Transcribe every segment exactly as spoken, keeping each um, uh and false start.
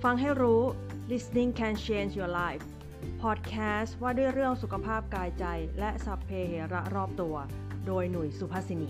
ฟังให้รู้ listening can change your life podcast ว่าด้วยเรื่องสุขภาพกายใจและสัพเพเหระรอบตัวโดยหนุ่ยสุภาสินี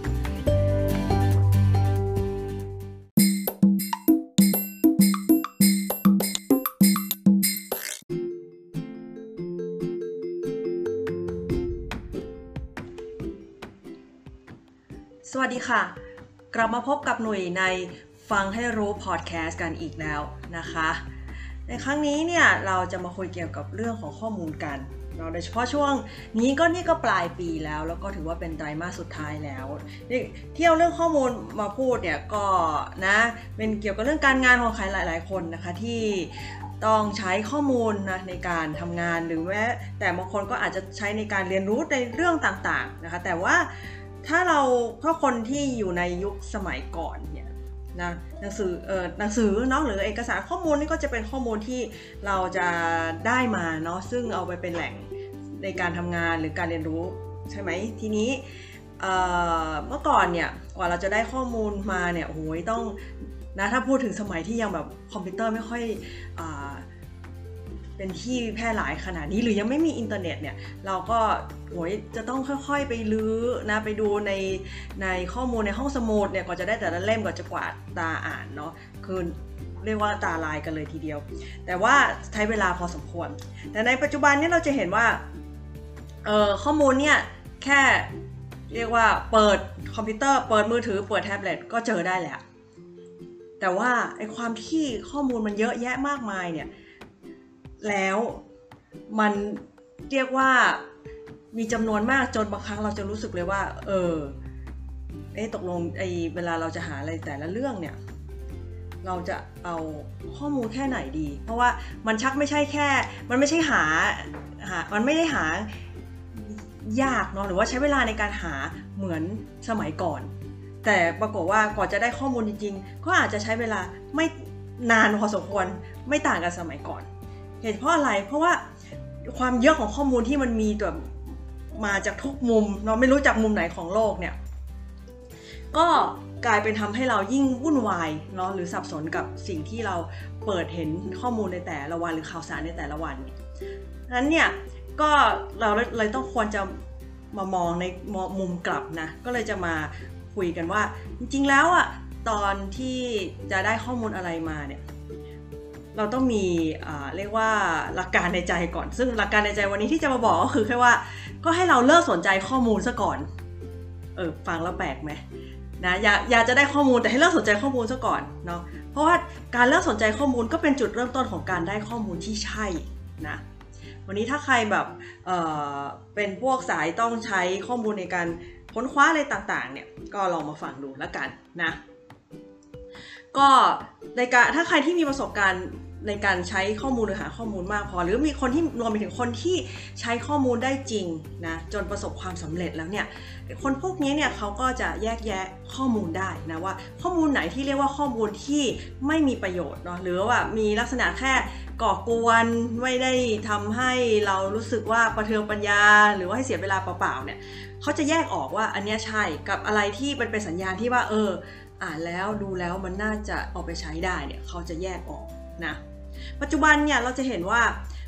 สวัสดีค่ะกลับมาพบกับหนุ่ยในฟังให้รู้พอดแคสต์กันอีกแล้วนะคะในครั้งนี้เนี่ยเราจะมาคุยเกี่ยวกับเรื่องของข้อมูลกันเราโดยเฉพาะช่วงนี้ก็นี่ก็ปลายปีแล้วแล้วก็ถือว่าเป็นไตรมาสสุดท้ายแล้วเที่ยวเรื่องข้อมูลมาพูดเนี่ยก็นะเป็นเกี่ยวกับเรื่องการงานของใครหลายๆคนนะคะที่ต้องใช้ข้อมูลนะในการทำงานหรือแม้แต่บางคนก็อาจจะใช้ในการเรียนรู้ในเรื่องต่างๆนะคะแต่ว่าถ้าเราถ้าคนที่อยู่ในยุคสมัยก่อนเนี่ยนะหนังสือเอ่อหนังสือเนาะหรือเอกสารข้อมูลนี่ก็จะเป็นข้อมูลที่เราจะได้มาเนาะซึ่งเอาไปเป็นแหล่งในการทำงานหรือการเรียนรู้ใช่ไหมทีนี้เอ่อเมื่อก่อนเนี่ยกว่าเราจะได้ข้อมูลมาเนี่ยโอ้โหต้องนะถ้าพูดถึงสมัยที่ยังแบบคอมพิวเตอร์ไม่ค่อยอ่าเป็นที่แพร่หลายขนาดนี้หรือยังไม่มีอินเทอร์เน็ตเนี่ยเราก็โหยจะต้องค่อยๆไปลื้อนะไปดูในในข้อมูลในห้องสมุดเนี่ยก่อนจะได้แต่ละเล่มก่อนจะกวาดตาอ่านเนาะคือเรียกว่าตาลายกันเลยทีเดียวแต่ว่าใช้เวลาพอสมควรแต่ในปัจจุบันเนี่ยเราจะเห็นว่าเอ่อข้อมูลเนี่ยแค่เรียกว่าเปิดคอมพิวเตอร์เปิดมือถือเปิดแท็บเล็ตก็เจอได้แหละแต่ว่าไอ้ความที่ข้อมูลมันเยอะแยะมากมายเนี่ยแล้วมันเรียกว่ามีจำนวนมากจนบางครั้งเราจะรู้สึกเลยว่าเออเอ๊ะตกลงไอ้เวลาเราจะหาอะไรแต่ละเรื่องเนี่ยเราจะเอาข้อมูลแค่ไหนดีเพราะว่ามันชักไม่ใช่แค่มันไม่ใช่หาหามันไม่ได้หายากเนาะหรือว่าใช้เวลาในการหาเหมือนสมัยก่อนแต่ปรากฏว่าก่อนจะได้ข้อมูลจริงๆก็อาจจะใช้เวลาไม่นานพอสมควรไม่ต่างกันสมัยก่อนเหตุเพราะอะไรเพราะว่าความเยอะของข้อมูลที่มันมีแบบมาจากทุกมุมเนาะไม่รู้จากมุมไหนของโลกเนี่ยก็กลายเป็นทำให้เรายิ่งวุ่นวายเนาะหรือสับสนกับสิ่งที่เราเปิดเห็นข้อมูลในแต่ละวันหรือข่าวสารในแต่ละวันนั้นเนี่ยก็เราเลยต้องควรจะมามองในมุมกลับนะก็เลยจะมาคุยกันว่าจริงๆแล้วอ่ะตอนที่จะได้ข้อมูลอะไรมาเนี่ยเราต้องมีอ่าเรียกว่าหลักการในใจก่อนซึ่งหลักการในใจวันนี้ที่จะมาบอกก็คือแค่ว่าก็ให้เราเลิกสนใจข้อมูลซะก่อนเออฟังแล้วแปลกไหมนะอยากอยากจะได้ข้อมูลแต่ให้เลิกสนใจข้อมูลซะก่อนเนาะเพราะว่าการเลิกสนใจข้อมูลก็เป็นจุดเริ่มต้นของการได้ข้อมูลที่ใช่นะวันนี้ถ้าใครแบบเอ่อเป็นพวกสายต้องใช้ข้อมูลในการค้นคว้าอะไรต่างๆเนี่ยก็ลองมาฟังดูแล้วกันนะก็ในการถ้าใครที่มีประสบการณ์ในการใช้ข้อมูลหรือหาข้อมูลมากพอหรือมีคนที่รวมไปถึงคนที่ใช้ข้อมูลได้จริงนะจนประสบความสำเร็จแล้วเนี่ยคนพวกนี้เนี่ยเขาก็จะแยกแยะข้อมูลได้นะว่าข้อมูลไหนที่เรียกว่าข้อมูลที่ไม่มีประโยชน์เนาะหรือว่ามีลักษณะแค่ก่อกวนไม่ได้ทำให้เรารู้สึกว่าประเทืองปัญญาหรือว่าให้เสียเวลาเปล่าๆเนี่ยเขาจะแยกออกว่าอันนี้ใช่กับอะไรที่มันเป็นสัญญาณที่ว่าเอออ่านแล้วดูแล้วมันน่าจะเอาไปใช้ได้เนี่ยเขาจะแยกออกนะปัจจุบันเนี่ยเราจะเห็นว่า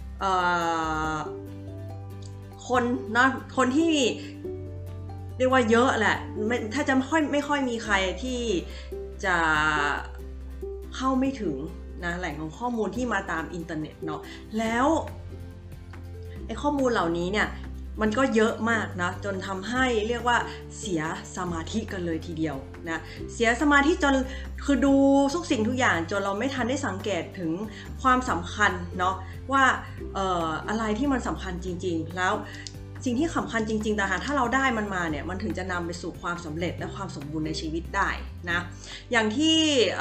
คนนะคนที่เรียกว่าเยอะแหละถ้าจะไม่ค่อยไม่ค่อยมีใครที่จะเข้าไม่ถึงนะแหล่งของข้อมูลที่มาตามอินเทอร์เน็ตเนาะแล้วไอ้ข้อมูลเหล่านี้เนี่ยมันก็เยอะมากนะจนทำให้เรียกว่าเสียสมาธิกันเลยทีเดียวนะเสียสมาธิจนคือดูทุกสิ่งทุกอย่างจนเราไม่ทันได้สังเกตถึงความสำคัญเนาะว่าเอ่ออะไรที่มันสำคัญจริงๆแล้วสิ่งที่สำคัญจริงๆแต่ถ้าเราได้มันมาเนี่ยมันถึงจะนำไปสู่ความสำเร็จและความสมบูรณ์ในชีวิตได้นะอย่างที่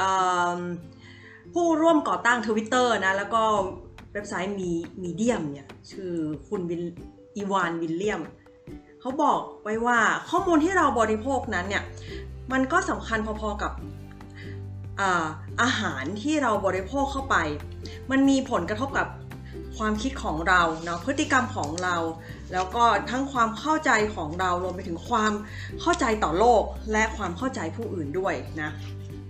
ผู้ร่วมก่อตั้ง Twitter นะแล้วก็เว็บไซต์มีมีเดียมเนี่ยชื่อคุณวินอีวานวิลเลียมเขาบอกไว้ว่าข้อมูลที่เราบริโภคนั้นเนี่ยมันก็สำคัญพอๆกับอ่าอาหารที่เราบริโภคเข้าไปมันมีผลกระทบกับความคิดของเราเนาะพฤติกรรมของเราแล้วก็ทั้งความเข้าใจของเรารวมไปถึงความเข้าใจต่อโลกและความเข้าใจผู้อื่นด้วยนะ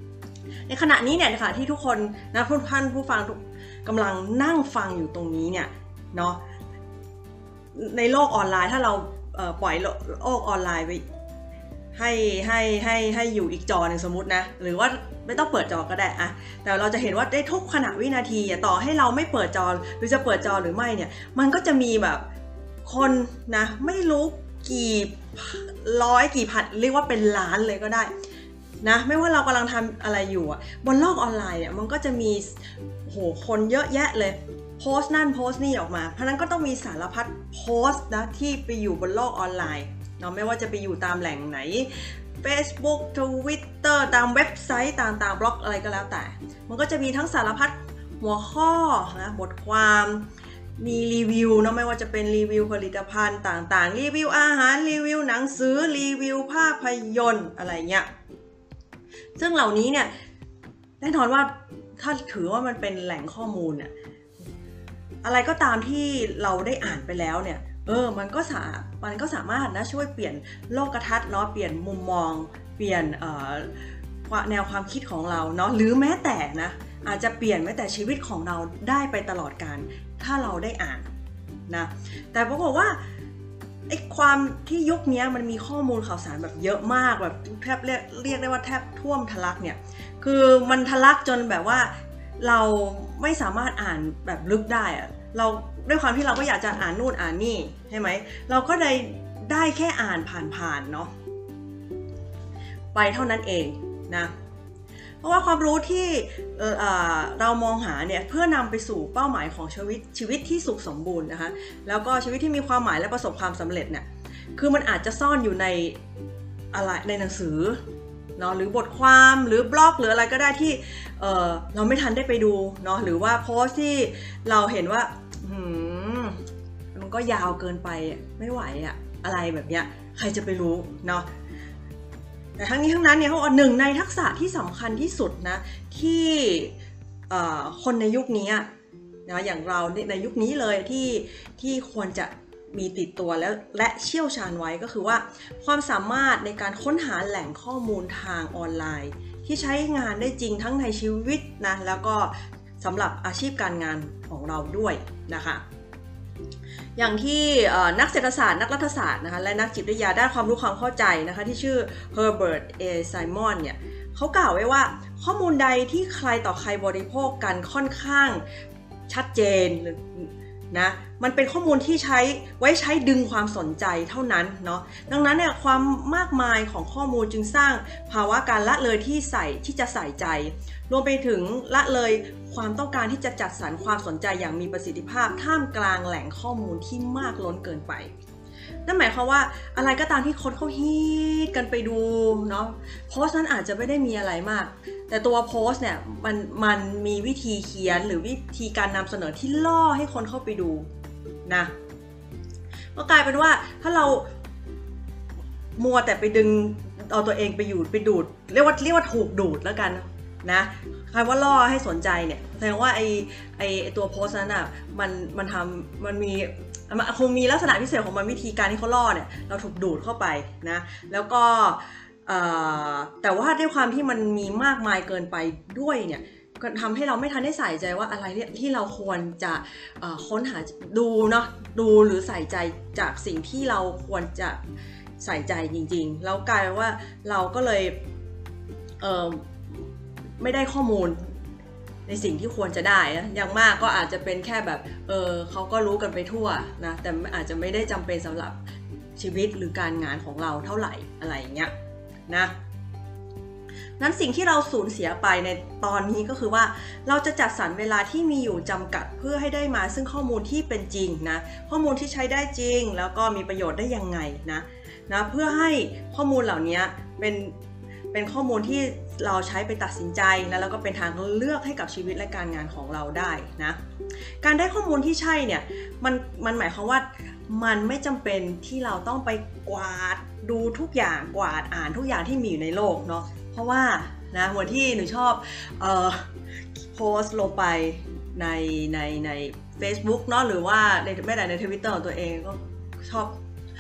ในขณะนี้เนี่ยค่ะที่ทุกคนนะผู้ท่านผู้ฟังกำลังนั่งฟังอยู่ตรงนี้เนี่ยเนาะในโลกออนไลน์ถ้าเราเอ่อปล่อยโลกออนไลน์ไปให้ให้ให้ให้อยู่อีกจอหนึ่งสมมุตินะหรือว่าไม่ต้องเปิดจอก็ได้อะแต่เราจะเห็นว่าได้ทุกขณะวินาทีต่อให้เราไม่เปิดจอหรือจะเปิดจอหรือไม่เนี่ยมันก็จะมีแบบคนนะไม่รู้กี่ร้อยกี่พันเรียกว่าเป็นล้านเลยก็ได้นะไม่ว่าเรากำลังทำอะไรอยู่อ่ะบนโลกออนไลน์เนี่ยมันก็จะมีโหคนเยอะแยะเลยโพสต์นั่นโพสต์นี่ออกมาเพราะนั้นก็ต้องมีสารพัดโพสต์นะที่ไปอยู่บนโลกออนไลน์เนาะไม่ว่าจะไปอยู่ตามแหล่งไหน Facebook Twitter ตามเว็บไซต์ตามตามบล็อกอะไรก็แล้วแต่มันก็จะมีทั้งสารพัดหัวข้อนะบทความมีรีวิวเนาะไม่ว่าจะเป็นรีวิวผลิตภัณฑ์ต่างๆรีวิวอาหารรีวิวหนังสือรีวิวภาพยนตร์อะไรเงี้ยซึ่งเหล่านี้เนี่ยแน่นอนว่าถ้าถือว่ามันเป็นแหล่งข้อมูลเนี่ยอะไรก็ตามที่เราได้อ่านไปแล้วเนี่ยเออมันก็สามันก็สามารถนะช่วยเปลี่ยนโลกทัศน์เนาะเปลี่ยนมุมมองเปลี่ยนเอ่อแนวความคิดของเราเนาะหรือแม้แต่นะอาจจะเปลี่ยนแม้แต่ชีวิตของเราได้ไปตลอดกาลถ้าเราได้อ่านนะแต่ปรากฏว่าไอ้ความที่ยุคนี้มันมีข้อมูลข่าวสารแบบเยอะมากแบบแทบเรียกเรียกได้ว่าแทบท่วมทะลักเนี่ยคือมันทะลักจนแบบว่าเราไม่สามารถอ่านแบบลึกได้อะเราด้วยความที่เราก็อยากจะอ่านนู่นอ่านนี่ใช่ไหมเราก็ได้ได้แค่อ่านผ่านๆเนาะไปเท่านั้นเองนะเพราะว่าความรู้ที่เอ่อเรามองหาเนี่ยเพื่อนำไปสู่เป้าหมายของชีวิตชีวิตที่สุขสมบูรณ์นะคะแล้วก็ชีวิตที่มีความหมายและประสบความสำเร็จเนี่ยคือมันอาจจะซ่อนอยู่ในอะไรในหนังสือเนาะหรือบทความหรือบล็อกหรืออะไรก็ได้ที่เอ่อเราไม่ทันได้ไปดูเนาะหรือว่าโพสต์ที่เราเห็นว่าหืมมันก็ยาวเกินไปไม่ไหวอะอะไรแบบเนี้ยใครจะไปรู้เนาะแต่ทั้งนี้ทั้งนั้นเนี่ยเขาบอกหนึ่งในทักษะที่สำคัญที่สุดนะที่คนในยุคนี้นะอย่างเราในยุคนี้เลยที่ที่ควรจะมีติดตัวแล้วและเชี่ยวชาญไว้ก็คือว่าความสามารถในการค้นหาแหล่งข้อมูลทางออนไลน์ที่ใช้งานได้จริงทั้งในชีวิตนะแล้วก็สำหรับอาชีพการงานของเราด้วยนะคะอย่างที่นักเศรษฐศาสตร์นักรัฐศาสตร์นะคะและนักจิตวิทยาด้านความรู้ความเข้าใจนะคะที่ชื่อ Herbert A. Simon เนี่ยเขากล่าวไว้ว่าข้อมูลใดที่ใครต่อใครบริโภคกันค่อนข้างชัดเจนนะมันเป็นข้อมูลที่ใช้ไว้ใช้ดึงความสนใจเท่านั้นเนาะดังนั้นเนี่ยความมากมายของข้อมูลจึงสร้างภาวะการละเลยที่ใส่ที่จะใส่ใจรวมไปถึงละเลยความต้องการที่จะจัดสรรความสนใจอย่างมีประสิทธิภาพท่ามกลางแหล่งข้อมูลที่มากล้นเกินไปนั่นหมายความว่าอะไรก็ตามที่คนเขาฮิตกันไปดูเนาะโพสต์นั้นอาจจะไม่ได้มีอะไรมากแต่ตัวโพสต์เนี่ยมันมันมีวิธีเขียนหรือวิธีการนำเสนอที่ล่อให้คนเข้าไปดูนะก็กลายเป็นว่าถ้าเรามัวแต่ไปดึงเอาตัวเองไปอยู่ไปดูดเรียกว่าเรียกว่าถูกดูดแล้วกันนะใครว่าล่อให้สนใจเนี่ยแสดงว่าไอไอตัวโพสต์นั้นอ่ะมันมันทำมันมีมันคงมีลักษณะพิเศษของมันวิธีการที่เขาล่อเนี่ยเราถูกดูดเข้าไปนะแล้วก็แต่ว่าด้วยความที่มันมีมากมายเกินไปด้วยเนี่ยก็ทำให้เราไม่ทันได้ใส่ใจว่าอะไรที่เราควรจะค้นหาดูเนาะดูหรือใส่ใจจากสิ่งที่เราควรจะใส่ใจจริงๆแล้วกลายเป็นว่าเราก็เลยเอ่อไม่ได้ข้อมูลในสิ่งที่ควรจะได้นะอย่างมากก็อาจจะเป็นแค่แบบเออเขาก็รู้กันไปทั่วนะแต่อาจจะไม่ได้จำเป็นสำหรับชีวิตหรือการงานของเราเท่าไหร่อะไรอย่างเงี้ยนะนั้นสิ่งที่เราสูญเสียไปในตอนนี้ก็คือว่าเราจะจัดสรรเวลาที่มีอยู่จำกัดเพื่อให้ได้มาซึ่งข้อมูลที่เป็นจริงนะข้อมูลที่ใช้ได้จริงแล้วก็มีประโยชน์ได้ยังไงนะนะเพื่อให้ข้อมูลเหล่านี้เป็นเป็นข้อมูลที่เราใช้ไปตัดสินใจแล้วแล้วก็เป็นทางเลือกให้กับชีวิตและการงานของเราได้นะการได้ข้อมูลที่ใช่เนี่ยมันมันหมายความว่ามันไม่จำเป็นที่เราต้องไปกวาดดูทุกอย่างกวาดอ่านทุกอย่างที่มีอยู่ในโลกเนาะเพราะว่านะเหมือนที่หนูชอบเอ่อโพสต์ลงไปในในใน Facebook เนาะหรือว่าในแม้แต่ใน Twitter ของตัวเองก็ชอบ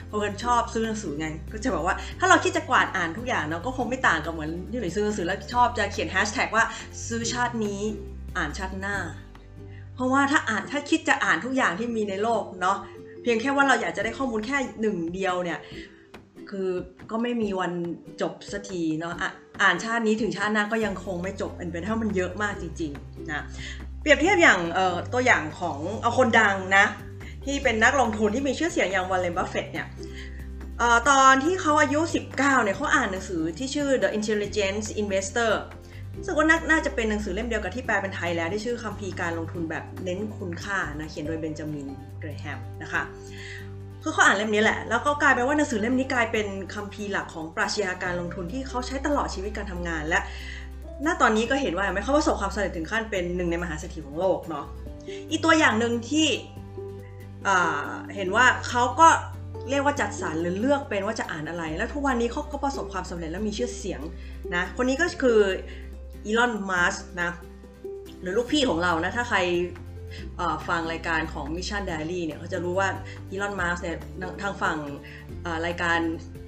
เพราะเพื่อนชอบซื้อหนังสือไงก็จะบอกว่าถ้าเราคิดจะกวาดอ่านทุกอย่างเนาะก็คงไม่ต่างกับเหมือนที่หนูซื้อหนังสือแล้วชอบจะเขียนแฮชแท็กว่าซื้อชาตินี้อ่านชาติหน้าเพราะว่าถ้าอ่านถ้าคิดจะอ่านทุกอย่างที่มีในโลกเนาะเพียงแค่ว่าเราอยากจะได้ข้อมูลแค่หนึ่งเดียวเนี่ยคือก็ไม่มีวันจบสักทีเนาะอ่านชาตินี้ถึงชาติหน้าก็ยังคงไม่จบเป็นเพราะมันเยอะมากจริงๆนะเปรียบเทียบอย่างตัวอย่างของเอาคนดังนะที่เป็นนักลงทุนที่มีชื่อเสียงอย่างวอร์เรน บัฟเฟตต์เนี่ยตอนที่เขาอายุสิบเก้าเนี่ยเขาอ่านหนังสือที่ชื่อ The Intelligent Investor รู้สึกว่าน่าจะเป็นหนังสือเล่มเดียวกับที่แปลเป็นไทยแล้วที่ชื่อคัมภีร์การลงทุนแบบเน้นคุณค่านะเขียนโดยเบนจามิน เกรแฮมนะคะคือเขาอ่านเล่มนี้แหละแล้วก็กลายเป็นว่าหนังสือเล่มนี้กลายเป็นคัมภีร์หลักของปรัชญาการลงทุนที่เขาใช้ตลอดชีวิตการทำงานและณตอนนี้ก็เห็นว่าไม่เขาประสบความสำเร็จถึงขั้นเป็นหนึ่งในมหาเศรษฐีของโลกเนาะอีกตัวอย่างหนึ่งที่เห็นว่าเขาก็เรียกว่าจัดสรรหรือเลือกเป็นว่าจะอ่านอะไรแล้วทุกวันนี้เขาก็ประสบความสำเร็จและมีชื่อเสียงนะคนนี้ก็คืออีลอน มัสก์นะหรือลูกพี่ของเรานะถ้าใครฟังรายการของ Mission Daily เนี่ยเขาจะรู้ว่าอีลอน มัสก์เนี่ยทางฝั่งรายการ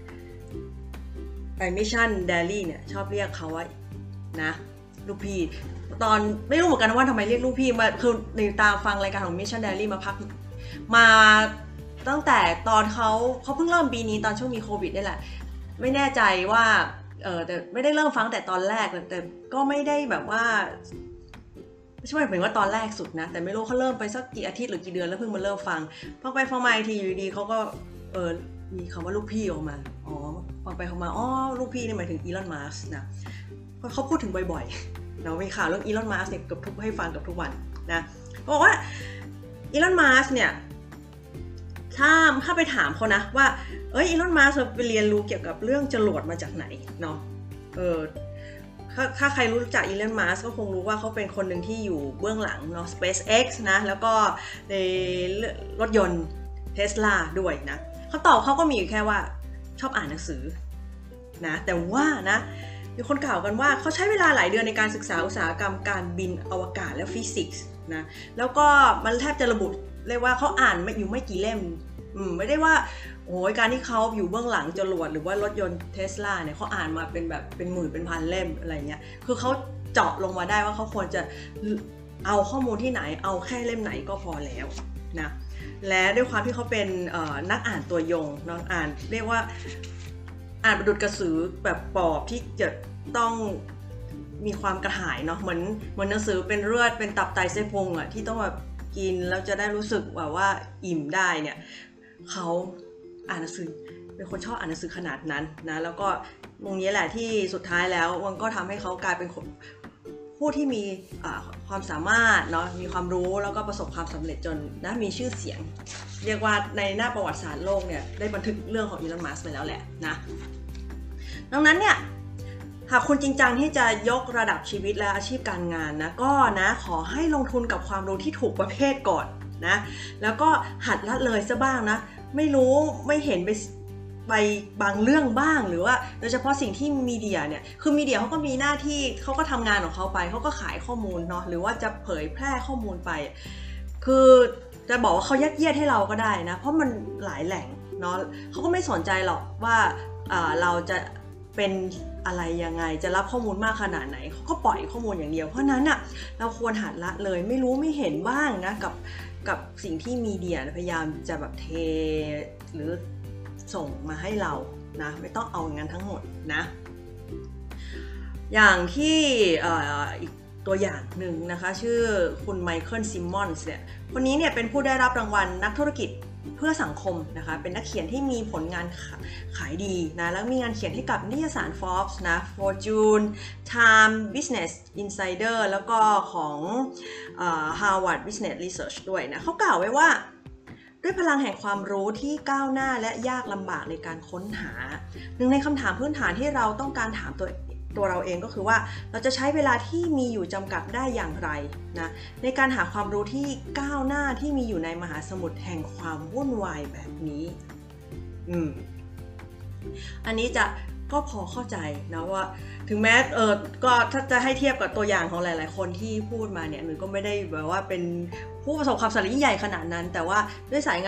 Mission Daily เนี่ยชอบเรียกเขาว่านะลูกพี่ตอนไม่รู้เหมือนกันว่าทำไมเรียกลูกพี่มาคือในตามฟังรายการของ Mission Daily มาพักมาตั้งแต่ตอนเขาเขาเพิ่งเริ่มปีนี้ตอนช่วงมีโควิดนี่แหละไม่แน่ใจว่าเออแต่ไม่ได้เริ่มฟังแต่ตอนแรกแต่ก็ไม่ได้แบบว่าไม่ใช่หมายถึงว่าตอนแรกสุดนะแต่ไม่รู้เขาเริ่มไปสักกี่อาทิตย์หรือกี่เดือนแล้วเพิ่งมาเริ่มฟังพอไปฟังมาอีกทีอยู่ดีเขาก็เออมีคำว่าลูกพี่ออกมาอ๋อฟังไปฟังมาอ๋อลูกพี่นี่หมายถึงอีลอน มัสก์นะเขาพูดถึงบ่อยๆเรามีข่าวเรื่องอีลอน มัสก์เนี่ยเกือบทุกให้ฟังกับทุกวันนะบอกว่าอีลอน มัสก์เนี่ยถ้าถ้าไปถามเขานะว่าเอ้ยอีลอน มัสก์ไปเรียนรู้เกี่ยวกับเรื่องจรวดมาจากไหนเนาะเออถ้าถ้าใครรู้จักอีลอน มัสก์ก็คงรู้ว่าเขาเป็นคนหนึ่งที่อยู่เบื้องหลังเนาะ SpaceX นะแล้วก็ในรถยนต์ Tesla ด้วยนะเขาตอบเขาก็มีอยู่แค่ว่าชอบอ่านหนังสือนะแต่ว่านะมีคนกล่าวกันว่าเขาใช้เวลาหลายเดือนในการศึกษาอุตสาหกรรมการบินอวกาศและฟิสิกส์นะแล้วก็มันแทบจะระบุเลยว่าเขาอ่านไม่อยู่ไม่กี่เล่มอืมไม่ได้ว่าโอ้ยการที่เขาอยู่เบื้องหลังจรวดหรือว่ารถยนต์ Tesla เนี่ยเขาอ่านมาเป็นแบบเป็นหมื่นเป็นพันเล่มอะไรเงี้ยคือเขาเจาะลงมาได้ว่าเขาควรจะเอาข้อมูลที่ไหนเอาแค่เล่มไหนก็พอแล้วนะและด้วยความที่เขาเป็นนักอ่านตัวยงเนาะอ่านเรียกว่าอ่านประดุจกระสือแบบปอบที่จะต้องมีความกระหายเนาะเหมือนเหมือนหนังสือเป็นเลือดเป็นตับไตไส้พุงอะที่ต้องแบบกินแล้วจะได้รู้สึกว่าว่าอิ่มได้เนี่ยเขาอ่านหนังสือเป็นคนชอบอ่านหนังสือขนาดนั้นนะแล้วก็ตรงนี้แหละที่สุดท้ายแล้วมันก็ทำให้เขากลายเป็นผู้ที่มีความสามารถเนาะมีความรู้แล้วก็ประสบความสำเร็จจนนะมีชื่อเสียงเรียกว่าในหน้าประวัติศาสตร์โลกเนี่ยได้บันทึกเรื่องของอีลอน มัสก์ไปแล้วแหละนะดังนั้นเนี่ยหากคุณจริงจังที่จะยกระดับชีวิตและอาชีพการงานนะก็นะขอให้ลงทุนกับความรู้ที่ถูกประเภทก่อนนะแล้วก็หัดละเลยซะบ้างนะไม่รู้ไม่เห็นไปไปบางเรื่องบ้างหรือว่าโดยเฉพาะสิ่งที่มีเดียเนี่ยคือมีเดียเขาก็มีหน้าที่เขาก็ทำงานของเขาไปเขาก็ขายข้อมูลเนาะหรือว่าจะเผยแพร่ข้อมูลไปคือจะบอกว่าเขายัดเยียดให้เราก็ได้นะเพราะมันหลายแหล่งเนาะเขาก็ไม่สนใจหรอกว่าเราจะเป็นอะไรยังไงจะรับข้อมูลมากขนาดไหนเขาก็ปล่อยข้อมูลอย่างเดียวเพราะนั้นอ่ะเราควรหัดละเลยไม่รู้ไม่เห็นบ้างนะกับกับสิ่งที่มีเดียพยายามจะแบบเทหรือส่งมาให้เรานะไม่ต้องเอาอย่างนั้นทั้งหมดนะอย่างที่อีกตัวอย่างหนึ่งนะคะชื่อคุณไมเคิล ซิมมอนส์เนี่ยคนนี้เนี่ยเป็นผู้ได้รับรางวัลนักธุรกิจเพื่อสังคมนะคะเป็นนักเขียนที่มีผลงานขายดีนะแล้วมีงานเขียนให้กับนิตยสาร Forbes นะ Fortune Time Business Insider แล้วก็ของเอ่อ Harvard Business Research ด้วยนะเขากล่าวไว้ว่าด้วยพลังแห่งความรู้ที่ก้าวหน้าและยากลำบากในการค้นหาหนึ่งในคำถามพื้นฐานที่เราต้องการถามตัวตัวเราเองก็คือว่าเราจะใช้เวลาที่มีอยู่จำกัดได้อย่างไรนะในการหาความรู้ที่ก้าวหน้าที่มีอยู่ในมหาสมุทรแห่งความวุ่นวายแบบนี้อืมอันนี้จะก็พอเข้าใจนะว่าถึงแม้เออก็ถ้าจะให้เทียบกับตัวอย่างของหลายๆคนที่พูดมาเนี่ยหนูก็ไม่ได้แบบว่าเป็นผู้ประสบความสำเร็จยิ่งใหญ่ขนาดนั้นแต่ว่าด้วยสายงานที่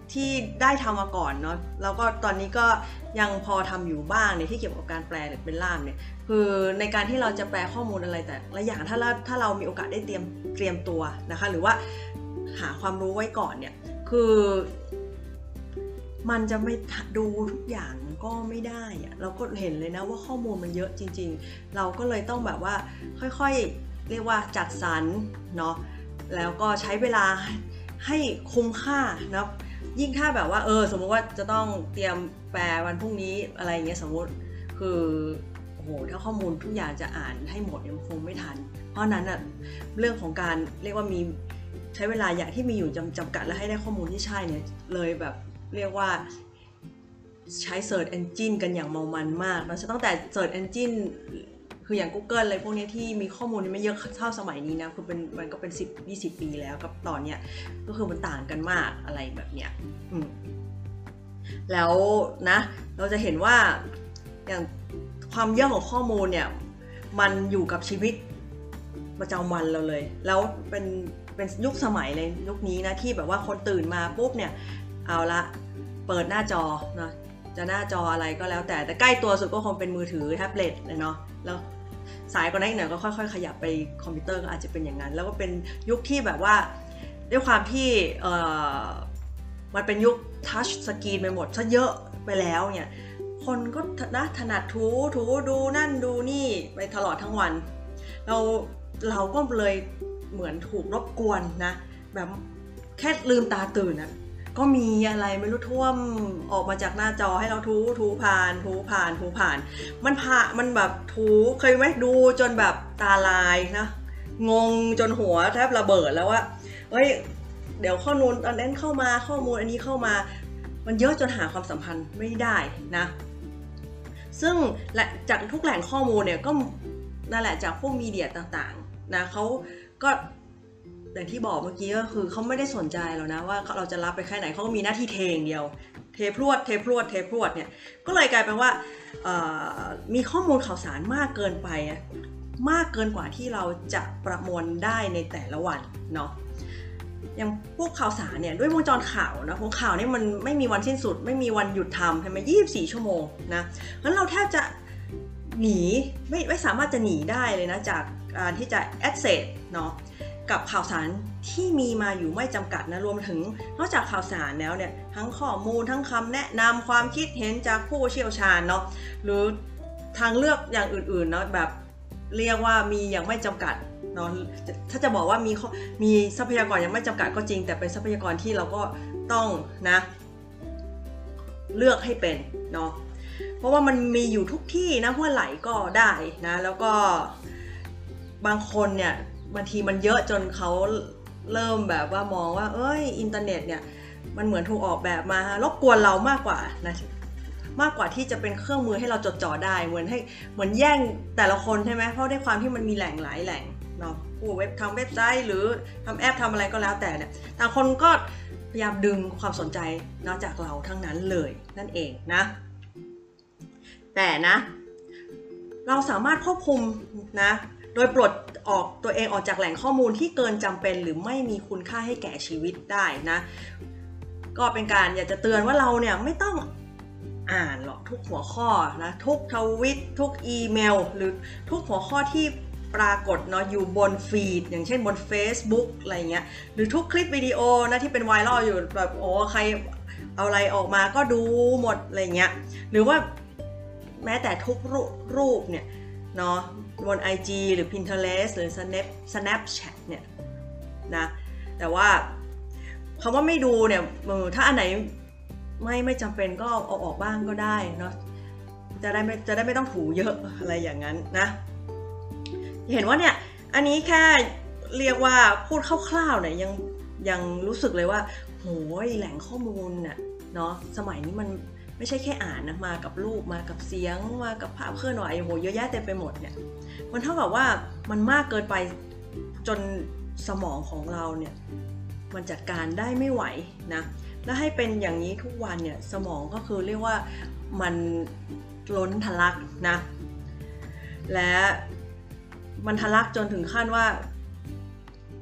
ที่ได้ทำมาก่อนเนาะแล้วก็ตอนนี้ก็ยังพอทำอยู่บ้างเนี่ยที่เกี่ยวกับการแปลหรือเป็นล่ามเนี่ยคือในการที่เราจะแปลข้อมูลอะไรแต่ละอย่างถ้าเราถ้าเรามีโอกาสได้เตรียมเตรียมตัวนะคะหรือว่าหาความรู้ไว้ก่อนเนี่ยคือมันจะไม่ดูทุกอย่างก็ไม่ได้อะเราก็เห็นเลยนะว่าข้อมูลมันเยอะจริงๆเราก็เลยต้องแบบว่าค่อยๆเรียกว่าจัดสรรเนาะแล้วก็ใช้เวลาให้คุ้มค่านะยิ่งถ้าแบบว่าเออสมมติว่าจะต้องเตรียมแปลวันพรุ่งนี้อะไรอย่างเงี้ยสมมติคือโอ้โหถ้าข้อมูลทุกอย่างจะอ่านให้หมดเนี่ยมันคงไม่ทันเพราะนั้นอ่ะเรื่องของการเรียกว่ามีใช้เวลาอย่างที่มีอยู่จำจำกัดและให้ได้ข้อมูลที่ใช่เนี่ยเลยแบบเรียกว่าใช้ Search Engine กันอย่างเมามันมากเราจะตั้งแต่ Search Engine คืออย่าง Google อะไรพวกนี้ที่มีข้อมูลไม่เยอะเท่าสมัยนี้นะคือเป็นมันก็เป็นสิบ ยี่สิบปีแล้วกับตอนเนี้ยก็คือมันต่างกันมากอะไรแบบเนี้ยอืมแล้วนะเราจะเห็นว่าอย่างความเยอะของข้อมูลเนี่ยมันอยู่กับชีวิตประจำวันเราเลยแล้วเป็นเป็นยุคสมัยเลยยุคนี้นะที่แบบว่าคนตื่นมาปุ๊บเนี่ยเอาละเปิดหน้าจอเนาะจะหน้าจออะไรก็แล้วแต่แต่ใกล้ตัวสุดก็คงเป็นมือถือแท็บเล็ตเลยเนาะแล้วสายกว่านั้นอีกหน่อยก็ค่อยๆขยับไปคอมพิวเตอร์ก็อาจจะเป็นอย่างนั้นแล้วก็เป็นยุคที่แบบว่าด้วยความที่เอ่อมันเป็นยุคทัชสกรีนไปหมดซะเยอะไปแล้วเนี่ยคนก็นะถนัดถูถูดูนั่นดูนี่ไปตลอดทั้งวันเราเราก็เลยเหมือนถูกรบกวนนะแบบแค่ลืมตาตื่นอะก็มีอะไรไม่รู้ท่วมออกมาจากหน้าจอให้เราทูทูผ่านทูผ่านทูผ่านมันผ่ามันแบบทูเคยไหมดูจนแบบตาลายนะงงจนหัวแทบระเบิดแล้วว่าเฮ้ยเดี๋ยวข้อมูลอันนั้นเข้ามาข้อมูลอันนี้เข้ามามันเยอะจนหาความสัมพันธ์ไม่ได้นะซึ่งและจากทุกแหล่งข้อมูลเนี่ยก็นั่นแหละจากพวกมีเดียต่างๆนะเขาก็อย่างที่บอกเมื่อกี้ก็คือเขาไม่ได้สนใจเรานะว่าเราจะรับไปแค่ไหนเขาก็มีหน้าที่เทอย่างเดียวเทพรวดเทพรวดเทพรวดเนี่ยก็เลยกลายเป็นว่ามีข้อมูลข่าวสารมากเกินไปมากเกินกว่าที่เราจะประมวลได้ในแต่ละวันเนาะอย่างพวกข่าวสารเนี่ยด้วยวงจรข่าวนะวงข่าวนี่มันไม่มีวันสิ้นสุดไม่มีวันหยุดทำใช่ไหมยี่สิบสี่ชั่วโมงนะงั้นเราแทบจะหนีไม่ไม่สามารถจะหนีได้เลยนะจากการที่จะ access เนาะกับข่าวสารที่มีมาอยู่ไม่จำกัดนะรวมถึงนอกจากข่าวสารแล้วเนี่ยทั้งข้อมูลทั้งคำแนะนำความคิดเห็นจากผู้เชี่ยวชาญเนาะหรือทางเลือกอย่างอื่นๆเนาะแบบเรียกว่ามีอย่างไม่จำกัดเนาะถ้าจะบอกว่ามีมีทรัพยากรยังไม่จำกัดก็จริงแต่เป็นทรัพยากรที่เราก็ต้องนะเลือกให้เป็นเนาะเพราะว่ามันมีอยู่ทุกที่นะหัวไหลก็ได้นะแล้วก็บางคนเนี่ยบางทีมันเยอะจนเขาเริ่มแบบว่ามองว่าเอ้ยอินเทอร์เน็ตเนี่ยมันเหมือนถูกออกแบบมารบกวนเรามากกว่านะมากกว่าที่จะเป็นเครื่องมือให้เราจดจ่อได้เหมือนให้เหมือนแย่งแต่ละคนใช่ไหมเพราะด้วยความที่มันมีแหล่งหลายแหล่งเนาะผู้เว็บทำเว็บไซต์หรือทำแอปทำอะไรก็แล้วแต่เนี่ยต่างคนก็พยายามดึงความสนใจนอกจากเราทั้งนั้นเลยนั่นเองนะแต่นะเราสามารถควบคุมนะโดยปลดออกตัวเองออกจากแหล่งข้อมูลที่เกินจำเป็นหรือไม่มีคุณค่าให้แก่ชีวิตได้นะก็เป็นการอยากจะเตือนว่าเราเนี่ยไม่ต้องอ่านหรอกทุกหัวข้อนะทุกทวิตทุกอีเมลหรือทุกหัวข้อที่ปรากฏเนาะอยู่บนฟีดอย่างเช่นบน Facebook อะไรเงี้ยหรือทุกคลิปวิดีโอนะที่เป็นไวรัลอยู่แบบโอ้ใครเอาอะไรออกมาก็ดูหมดอะไรเงี้ยหรือว่าแม้แต่ทุกรูปเนี่ยเนาะบน ไอ จี หรือ Pinterest หรือ Snap Snapchat เนี่ยนะแต่ว่าคำว่าไม่ดูเนี่ยถ้าอันไหนไม่ไม่จำเป็นก็เอาออกบ้างก็ได้เนาะจะได้ไม่จะได้ไม่ต้องถูเยอะอะไรอย่างนั้นนะเห็นว่าเนี่ยอันนี้แค่เรียกว่าพูดคร่าวๆเนี่ยยังยังรู้สึกเลยว่าโหยแหล่งข้อมูลน่ะเนาะสมัยนี้มันไม่ใช่แค่อ่านนะมากับรูปมากับเสียงมากับภาพเคลื่อนไหวโหเยอะแยะเต็มไปหมดเนี่ยมันเท่ากับว่ามันมากเกินไปจนสมองของเราเนี่ยมันจัดการได้ไม่ไหวนะแล้วให้เป็นอย่างนี้ทุกวันเนี่ยสมองก็คือเรียกว่ามันล้นทะลักนะและมันทะลักจนถึงขั้นว่า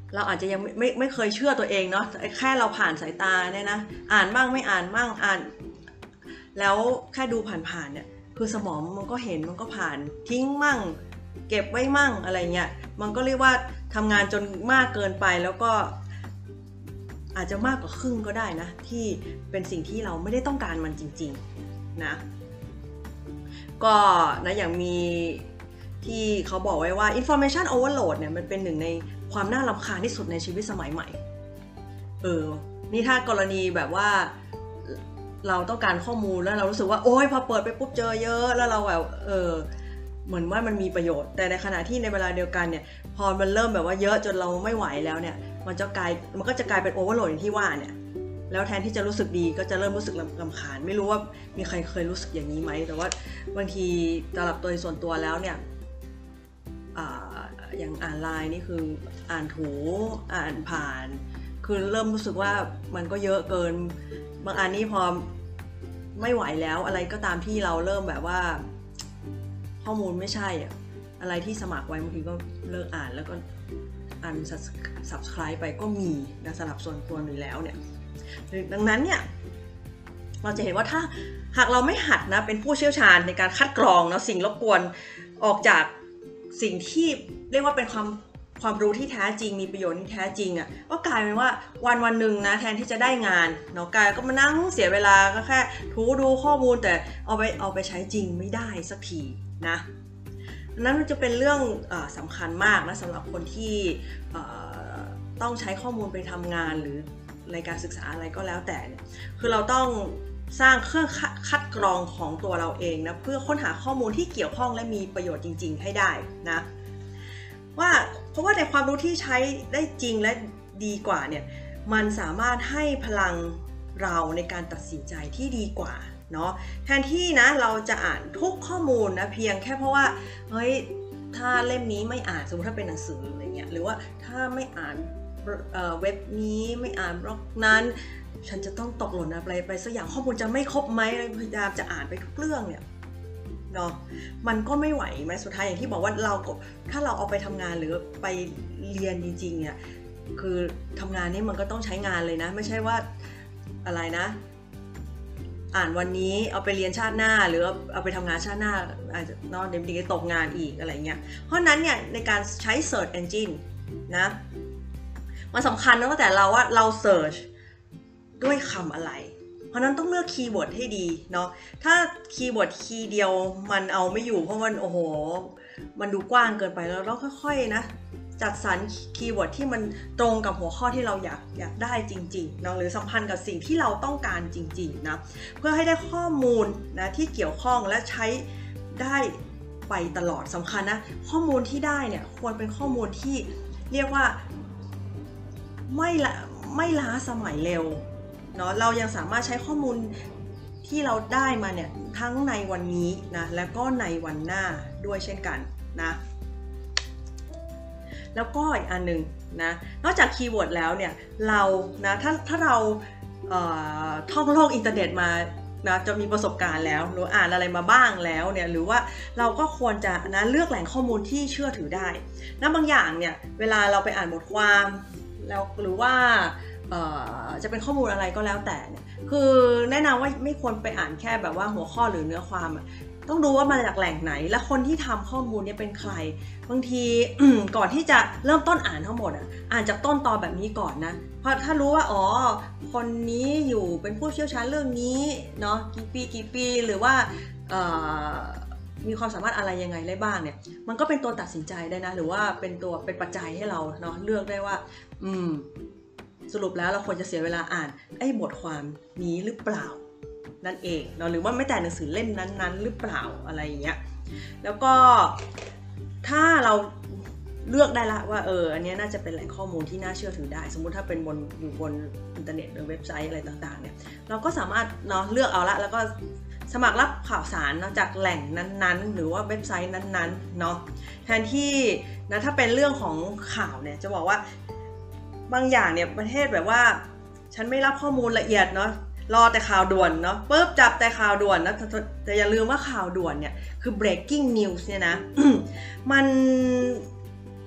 เราอาจจะยังไม่ไม่ไม่เคยเชื่อตัวเองเนาะแค่เราผ่านสายตาเนี่ยนะอ่านบ้างไม่อ่านบ้างอ่านแล้วแค่ดูผ่านๆเนี่ยคือสมองมันก็เห็นมันก็ผ่านทิ้งมั่งเก็บไว้มั่งอะไรเงี้ยมันก็เรียกว่าทำงานจนมากเกินไปแล้วก็อาจจะมากกว่าครึ่งก็ได้นะที่เป็นสิ่งที่เราไม่ได้ต้องการมันจริงๆนะก็นะอย่างมีที่เขาบอกไว้ว่า information overload เนี่ยมันเป็นหนึ่งในความน่ารำคาญที่สุดในชีวิตสมัยใหม่เออนี่ถ้ากรณีแบบว่าเราต้องการข้อมูลแล้วเรารู้สึกว่าโอ๊ยพอเปิดไปปุ๊บเจอเยอะแล้วเราแบบเออเหมือนว่ามันมีประโยชน์แต่ในขณะที่ในเวลาเดียวกันเนี่ยพอมันเริ่มแบบว่าเยอะจนเราไม่ไหวแล้วเนี่ยมันจะกลายมันก็จะกลายเป็นโอเวอร์โหลดอย่างที่ว่าเนี่ยแล้วแทนที่จะรู้สึกดีก็จะเริ่มรู้สึกรำคาญไม่รู้ว่ามีใครเคยรู้สึกอย่างนี้ไหมแต่ว่าบางทีสำหรับตัวส่วนตัวแล้วเนี่ยอย่างอ่านไลน์นี่คืออ่านถูอ่านผ่านคือเริ่มรู้สึกว่ามันก็เยอะเกินบางอันนี้พอไม่ไหวแล้วอะไรก็ตามที่เราเริ่มแบบว่าข้อมูลไม่ใช่อะอะไรที่สมัครไว้บางทีก็เลิกอ่านแล้วก็อัน subscribe ไปก็มีนะสำหรับส่วนตัวนี้แล้วเนี่ยดังนั้นเนี่ยเราจะเห็นว่าถ้าหากเราไม่หัดนะเป็นผู้เชี่ยวชาญในการคัดกรองนะสิ่งรบกวนออกจากสิ่งที่เรียกว่าเป็นความความรู้ที่แท้จริงมีประโยชน์ที่แท้จริงอ่ะก็กลายเป็นว่าวันวันหนึ่งนะแทนที่จะได้งานเนาะกายก็มานั่งเสียเวลาก็แค่ทูดูข้อมูลแต่เอาไปเอาไปใช้จริงไม่ได้สักทีนะนั้นมันจะเป็นเรื่องเอ่อสำคัญมากนะสำหรับคนที่เอ่อต้องใช้ข้อมูลไปทำงานหรือในการศึกษาอะไรก็แล้วแต่เนี่ยคือเราต้องสร้างเครื่องคัดกรองของตัวเราเองนะเพื่อค้นหาข้อมูลที่เกี่ยวข้องและมีประโยชน์จริงๆให้ได้นะว่าเพราะว่าในความรู้ที่ใช้ได้จริงและดีกว่าเนี่ยมันสามารถให้พลังเราในการตัดสินใจที่ดีกว่าเนาะแทนที่นะเราจะอ่านทุกข้อมูลนะเพียงแค่เพราะว่าเฮ้ยถ้าเล่มนี้ไม่อ่านสมมติถ้าเป็นหนังสืออะไรเงี้ยหรือว่าถ้าไม่อ่านเว็บนี้ไม่อ่านบล็อกนั้นฉันจะต้องตกหล่นอะไรไปสักอย่างข้อมูลจะไม่ครบไหมพยายามจะอ่านไปทุกเรื่องเนี่ยเนาะมันก็ไม่ไหวไหมสุดท้ายอย่างที่บอกว่าเราถ้าเราเอาไปทำงานหรือไปเรียนจริงๆเนี่ยคือทำงานนี่มันก็ต้องใช้งานเลยนะไม่ใช่ว่าอะไรนะอ่านวันนี้เอาไปเรียนชาติหน้าหรือเอาไปทำงานชาติหน้าอาจจะนอกเดี๋ยวดีตกงานอีกอะไรเงี้ยเพราะนั้นเนี่ยในการใช้ search engine นะมันสำคัญตั้งแต่เราว่าเรา search ด้วยคำอะไรเพราะนั้นต้องเลือกคีย์เวิร์ดให้ดีเนาะถ้าคีย์เวิร์ดคีย์เดียวมันเอาไม่อยู่เพราะมันโอ้โหมันดูกว้างเกินไปแล้วเราค่อยๆนะจัดสรรคีย์เวิร์ดที่มันตรงกับหัวข้อที่เราอยากอยากได้จริงๆเนาะหรือสัมพันธ์กับสิ่งที่เราต้องการจริงๆนะเพื่อให้ได้ข้อมูลนะที่เกี่ยวข้องและใช้ได้ไปตลอดสำคัญนะข้อมูลที่ได้เนี่ยควรเป็นข้อมูลที่เรียกว่าไม่ละไม่ล้าสมัยเร็วเนาะเรายังสามารถใช้ข้อมูลที่เราได้มาเนี่ยทั้งในวันนี้นะและก็ในวันหน้าด้วยเช่นกันนะแล้วก็อีกอันนึงนะนอกจากคีย์เวิร์ดแล้วเนี่ยเรานะถ้าถ้าเราเอ่อท่องโลกอินเทอร์เน็ตมานะจะมีประสบการณ์แล้วหรืออ่านอะไรมาบ้างแล้วเนี่ยหรือว่าเราก็ควรจะนะเลือกแหล่งข้อมูลที่เชื่อถือได้นะบางอย่างเนี่ยเวลาเราไปอ่านบทความแล้วหรือว่าจะเป็นข้อมูลอะไรก็แล้วแต่เนี่ยคือแนะนำว่าไม่ควรไปอ่านแค่แบบว่าหัวข้อหรือเนื้อความต้องดูว่ามาจากแหล่งไหนและคนที่ทำข้อมูลนี้เป็นใครบางที ก่อนที่จะเริ่มต้นอ่านทั้งหมดอ่ะอ่านจากต้นตอแบบนี้ก่อนนะเพราะถ้ารู้ว่าอ๋อคนนี้อยู่เป็นผู้เชี่ยวชาญเรื่องนี้เนาะกี่ปีกี่ปีหรือว่ามีความสามารถอะไรยังไงได้บ้างเนี่ยมันก็เป็นตัวตัดสินใจได้นะหรือว่าเป็นตัวเป็นปัจจัยให้เราเนาะเลือกได้ว่าอืมสรุปแล้วเราควรจะเสียเวลาอ่านไอ้บทความนี้หรือเปล่านั่นเองเนาะหรือว่าไม่แต่หนังสือเล่มนั้นๆหรือเปล่าอะไรอย่างเงี้ยแล้วก็ถ้าเราเลือกได้ละว่าเอออันนี้น่าจะเป็นแหล่งข้อมูลที่น่าเชื่อถือได้สมมุติถ้าเป็นบนอยู่บนอินเทอร์เน็ตหรือเว็บไซต์อะไรต่างๆเนี่ยเราก็สามารถเนาะเลือกเอาละแล้วก็สมัครรับข่าวสารเนาะจากแหล่งนั้นๆหรือว่าเว็บไซต์นั้นๆเนาะแทนที่นะถ้าเป็นเรื่องของข่าวเนี่ยจะบอกว่าบางอย่างเนี่ยประเทศแบบว่าฉันไม่รับข้อมูลละเอียดเนาะรอแต่ข่าวด่วนเนาะปุ๊บจับแต่ข่าวด่วนนะแต่อย่าลืมว่าข่าวด่วนเนี่ยคือ breaking news เนี่ยนะ มัน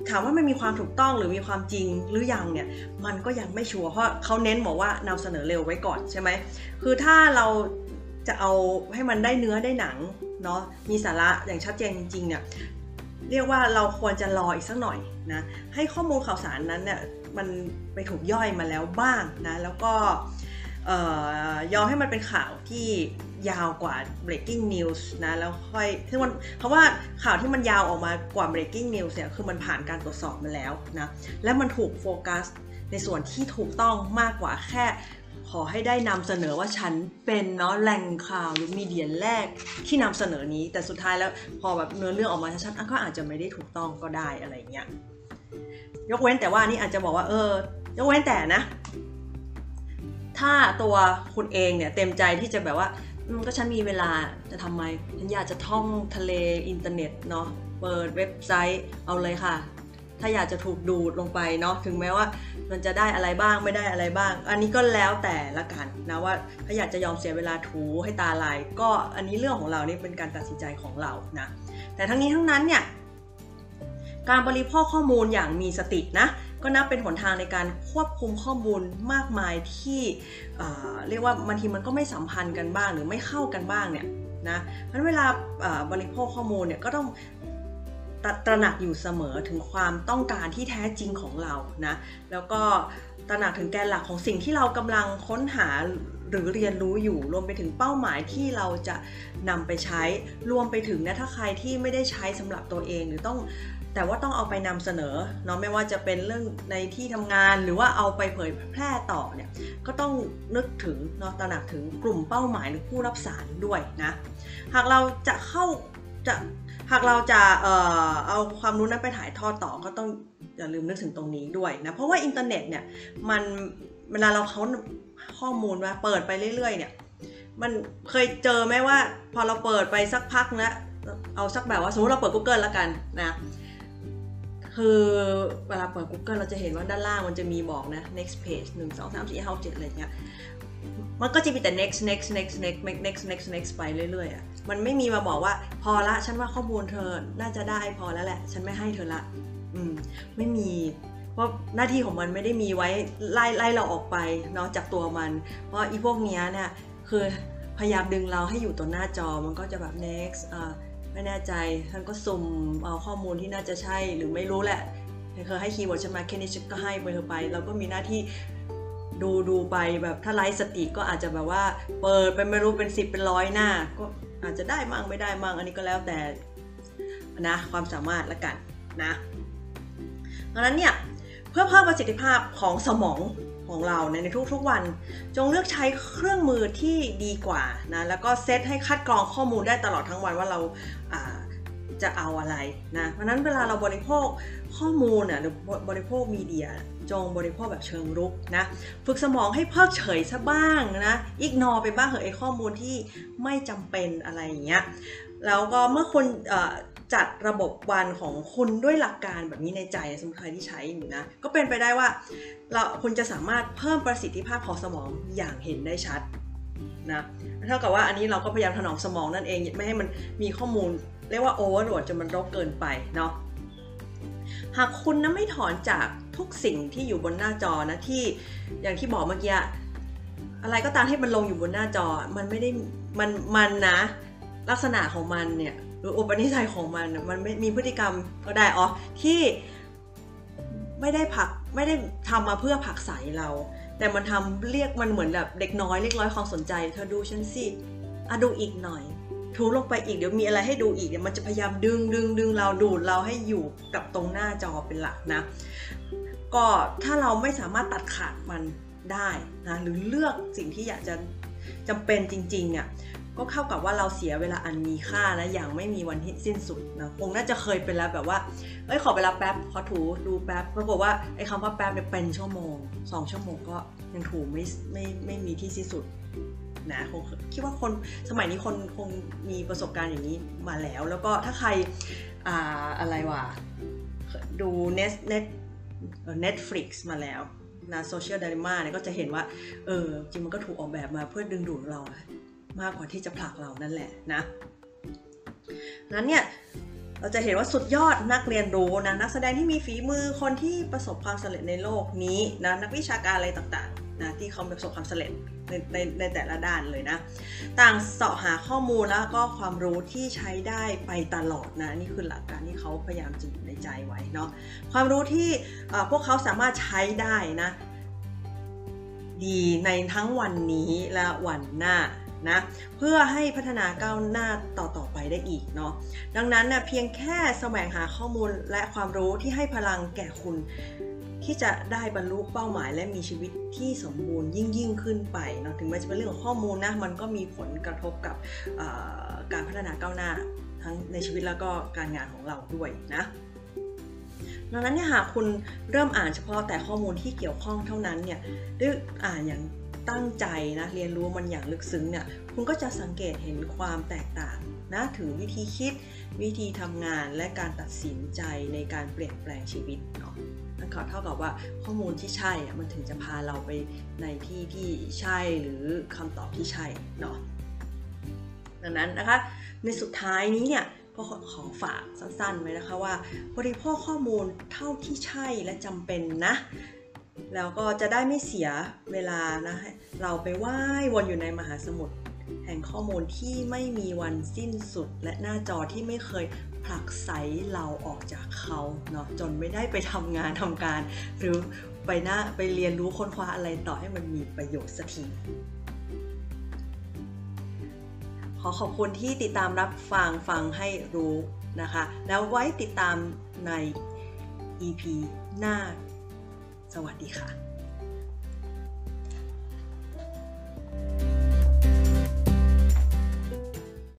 ถามว่ามันมีความถูกต้องหรือมีความจริงหรือยังเนี่ยมันก็ยังไม่ชัวร์เพราะเขาเน้นบอกว่านำเสนอเร็วไว้ก่อนใช่ไหมคือถ้าเราจะเอาให้มันได้เนื้อได้หนังเนาะมีสาระอย่างชัดเจนจริงๆเนี่ยเรียกว่าเราควรจะรออีกสักหน่อยนะให้ข้อมูลข่าวสารนั้นเนี่ยมันไปถูกย่อยมาแล้วบ้างนะแล้วก็ยอมให้มันเป็นข่าวที่ยาวกว่า breaking news นะแล้วค่อยซึ่งมันเพราะว่าข่าวที่มันยาวออกมากว่า breaking news เนี่ยคือมันผ่านการตรวจสอบมาแล้วนะและมันถูกโฟกัสในส่วนที่ถูกต้องมากกว่าแค่ขอให้ได้นำเสนอว่าฉันเป็นเนาะแหล่งข่าวหรือมีเดียแรกที่นำเสนอนี้แต่สุดท้ายแล้วพอแบบเนื้อเรื่องออกมาชัดๆก็อาจจะไม่ได้ถูกต้องก็ได้อะไรเงี้ยยกเว้นแต่ว่านี่อาจจะบอกว่าเออยกเว้นแต่นะถ้าตัวคุณเองเนี่ยเต็มใจที่จะแบบว่าก็ฉันมีเวลาจะทำไมฉันอยากจะท่องทะเลอินเทอร์เน็ตเนาะเปิดเว็บไซต์เอาเลยค่ะถ้าอยากจะถูกดูดลงไปเนาะถึงแม้ว่ามันจะได้อะไรบ้างไม่ได้อะไรบ้างอันนี้ก็แล้วแต่ละกันนะว่าถ้าอยากจะยอมเสียเวลาถูให้ตาลายก็อันนี้เรื่องของเรานี่เป็นการตัดสินใจของเรานะแต่ทั้งนี้ทั้งนั้นเนี่ยการบริโภคข้อมูลอย่างมีสตินะก็นับเป็นหนทางในการควบคุมข้อมูลมากมายที่เอ่อเรียกว่าบางทีมันก็ไม่สัมพันธ์กันบ้างหรือไม่เข้ากันบ้างเนี่ยนะเพราะเวลาบริโภคข้อมูลเนี่ยก็ต้องตระหนักอยู่เสมอถึงความต้องการที่แท้จริงของเรานะแล้วก็ตระหนักถึงแกนหลักของสิ่งที่เรากำลังค้นหาหรือเรียนรู้อยู่รวมไปถึงเป้าหมายที่เราจะนำไปใช้รวมไปถึงนะถ้าใครที่ไม่ได้ใช้สำหรับตัวเองหรือต้องแต่ว่าต้องเอาไปนำเสนอเนาะไม่ว่าจะเป็นเรื่องในที่ทำงานหรือว่าเอาไปเผยแพร่ต่อเนี่ยก็ต้องนึกถึงเนาะตระหนักถึงกลุ่มเป้าหมายหรือผู้รับสารด้วยนะหากเราจะเข้าจะหากเราจะเอ่อเอาความรู้นั้นไปถ่ายทอดต่อก็ต้องอย่าลืมนึกถึงตรงนี้ด้วยนะเพราะว่าอินเทอร์เน็ตเนี่ยมันเวลาเราเขาข้อมูลมาเปิดไปเรื่อยๆเนี่ยมันเคยเจอไหมว่าพอเราเปิดไปสักพักนะเอาสักแบบว่าสมมติเราเปิด Google แล้วกันนะคือเวลาเปิด Google เราจะเห็นว่าด้านล่างมันจะมีบอกนะ next page หนึ่ง สอง สาม สี่ ห้า หก เจ็ดอะไรเงี้ยมันก็จะมีแต่ next next next next next next next ไปเรื่อยๆอ่ะมันไม่มีมาบอกว่าพอละฉันว่าข้อมูลเธอน่าจะได้พอแล้วแหละฉันไม่ให้เธอละอืมไม่มีเพราะหน้าที่ของมันไม่ได้มีไว้ไล่ไล่เราออกไปเนาะจากตัวมันเพราะอีพวกเนี้ยเนี่ยคือพยายามดึงเราให้อยู่ตัวหน้าจอมันก็จะแบบ next อ่าไม่แน่ใจท่านก็สุ่มเอาข้อมูลที่น่าจะใช่หรือไม่รู้แหละเธอให้คีย์เวิร์ดฉันมาแค่นี้ฉันก็ให้ไปเธอไปเราก็มีหน้าที่ดูดูไปแบบถ้าไร้สติก็อาจจะแบบว่าเปิดไปไม่รู้เป็นสิบเป็นร้อยหน้าก็อาจจะได้มั่งไม่ได้มั่งอันนี้ก็แล้วแต่นะความสามารถละกันนะดังนั้นเนี่ยเพื่อเพิ่มประสิทธิภาพของสมองของเราในทุกๆวันจงเลือกใช้เครื่องมือที่ดีกว่านะแล้วก็เซตให้คัดกรองข้อมูลได้ตลอดทั้งวันว่าเราจะเอาอะไรนะเพราะนั้นเวลาเราบริโภคข้อมูลหรือบริโภคมีเดียจงบริโภคแบบเชิงรุกนะฝึกสมองให้เพิกเฉยซะบ้างนะอิกนอร์ไปบ้างเหอะไอ้ข้อมูลที่ไม่จำเป็นอะไรอย่างเงี้ยแล้วก็เมื่อคุณจัดระบบวันของคุณด้วยหลักการแบบนี้ในใจสมมติใครที่ใช้อยู่นะก็เป็นไปได้ว่าเราคุณจะสามารถเพิ่มประสิทธิภาพของสมองอย่างเห็นได้ชัดนะเท่ากับว่าอันนี้เราก็พยายามถนอมสมองนั่นเองไม่ให้มันมีข้อมูลเรียกว่าโอเวอร์โหลดจนมันรกเกินไปเนาะหากคุณนะไม่ถอนจากทุกสิ่งที่อยู่บนหน้าจอนะที่อย่างที่บอกเมื่อกี้อะไรก็ตามที่มันลงอยู่บนหน้าจอมันไม่ได้มันมันนะลักษณะของมันเนี่ยหรืออุปนิสัยของมันมันไม่มีพฤติกรรมก็ได้อ๋อที่ไม่ได้ผักไม่ได้ทำมาเพื่อผลักไสเราแต่มันทำเรียกมันเหมือนแบบเด็กน้อยเรียกร้อยความสนใจเธอดูฉันสิอ่ะดูอีกหน่อยถูลงไปอีกเดี๋ยวมีอะไรให้ดูอีกเดี๋ยวมันจะพยายามดึงดึงดึงเราดูดเราให้อยู่กับตรงหน้าจอเป็นหลักนะก็ถ้าเราไม่สามารถตัดขาดมันได้นะหรือเลือกสิ่งที่อยากจะจำเป็นจริงๆเนี่ยก็เข้ากับว่าเราเสียเวลาอันมีค่านะอย่างไม่มีวันสิ้นสุดนะคงน่าจะเคยเป็นแล้วแบบว่าเอ้ยขอเวลาแป๊บขอถูดูแป๊บปรากฏว่าไอ้คำว่าแป๊บเนี่ยเป็นชั่วโมงสองชั่วโมงก็ยังถูไม่ไม่ไม่มีที่สิ้นสุดนะคงคิดว่าคนสมัยนี้คนคงมีประสบการณ์อย่างนี้มาแล้วแล้วก็ถ้าใครอ่าอะไรวะดู Net Net Netflix มาแล้วนะ Social Dilemma เนี่ยก็จะเห็นว่าเออจริงมันก็ถูกออกแบบมาเพื่อดึงดูดเรามากกว่าที่จะผลักเรานั่นแหละนะนั้นเนี่ยเราจะเห็นว่าสุดยอดนักเรียนรู้นะนักแสดงที่มีฝีมือคนที่ประสบความสำเร็จในโลกนี้นะนักวิชาการอะไรต่างๆนะที่เขาประสบความสำเร็จในในในแต่ละด้านเลยนะต่างเสาะหาข้อมูลแล้วก็ความรู้ที่ใช้ได้ไปตลอดนะนี่คือหลักการที่เขาพยายามจะอยู่ในใจไว้เนาะความรู้ที่พวกเขาสามารถใช้ได้นะดีในทั้งวันนี้และวันหน้านะเพื่อให้พัฒนาก้าวหน้าต่อๆไปได้อีกเนาะดังนั้นนะเพียงแค่แสวงหาข้อมูลและความรู้ที่ให้พลังแก่คุณที่จะได้บรรลุเป้าหมายและมีชีวิตที่สมบูรณ์ยิ่งยิ่งขึ้นไปเนาะถึงแม้จะเป็นเรื่องของข้อมูลนะมันก็มีผลกระทบกับการพัฒนาก้าวหน้าทั้งในชีวิตแล้วก็การงานของเราด้วยนะดังนั้นเนี่ยหากคุณเริ่มอ่านเฉพาะแต่ข้อมูลที่เกี่ยวข้องเท่านั้นเนี่ยด้วยอ่านอย่างตั้งใจนะเรียนรู้มันอย่างลึกซึ้งเนี่ยคุณก็จะสังเกตเห็นความแตกต่างนะถึงวิธีคิดวิธีทำงานและการตัดสินใจในการเปลี่ยนแปลงชีวิตเนาะนั่นก็เท่ากับว่าข้อมูลที่ใช่มันถึงจะพาเราไปในที่ที่ใช่หรือคำตอบที่ใช่เนาะดังนั้นนะคะในสุดท้ายนี้เนี่ยก็ขอฝากสั้นๆไว้นะคะว่าบริโภคข้อมูลเท่าที่ใช่และจำเป็นนะแล้วก็จะได้ไม่เสียเวลานะเราไปว่ายวนอยู่ในมหาสมุทรแห่งข้อมูลที่ไม่มีวันสิ้นสุดและหน้าจอที่ไม่เคยผลักไสเราออกจากเขาเนาะจนไม่ได้ไปทำงานทำการหรือไปหน้าไปเรียนรู้ค้นคว้าอะไรต่อให้มันมีประโยชน์สักทีขอขอบคุณที่ติดตามรับฟังฟังให้รู้นะคะแล้วไว้ติดตามใน อี พี หน้าสวัสดีค่ะ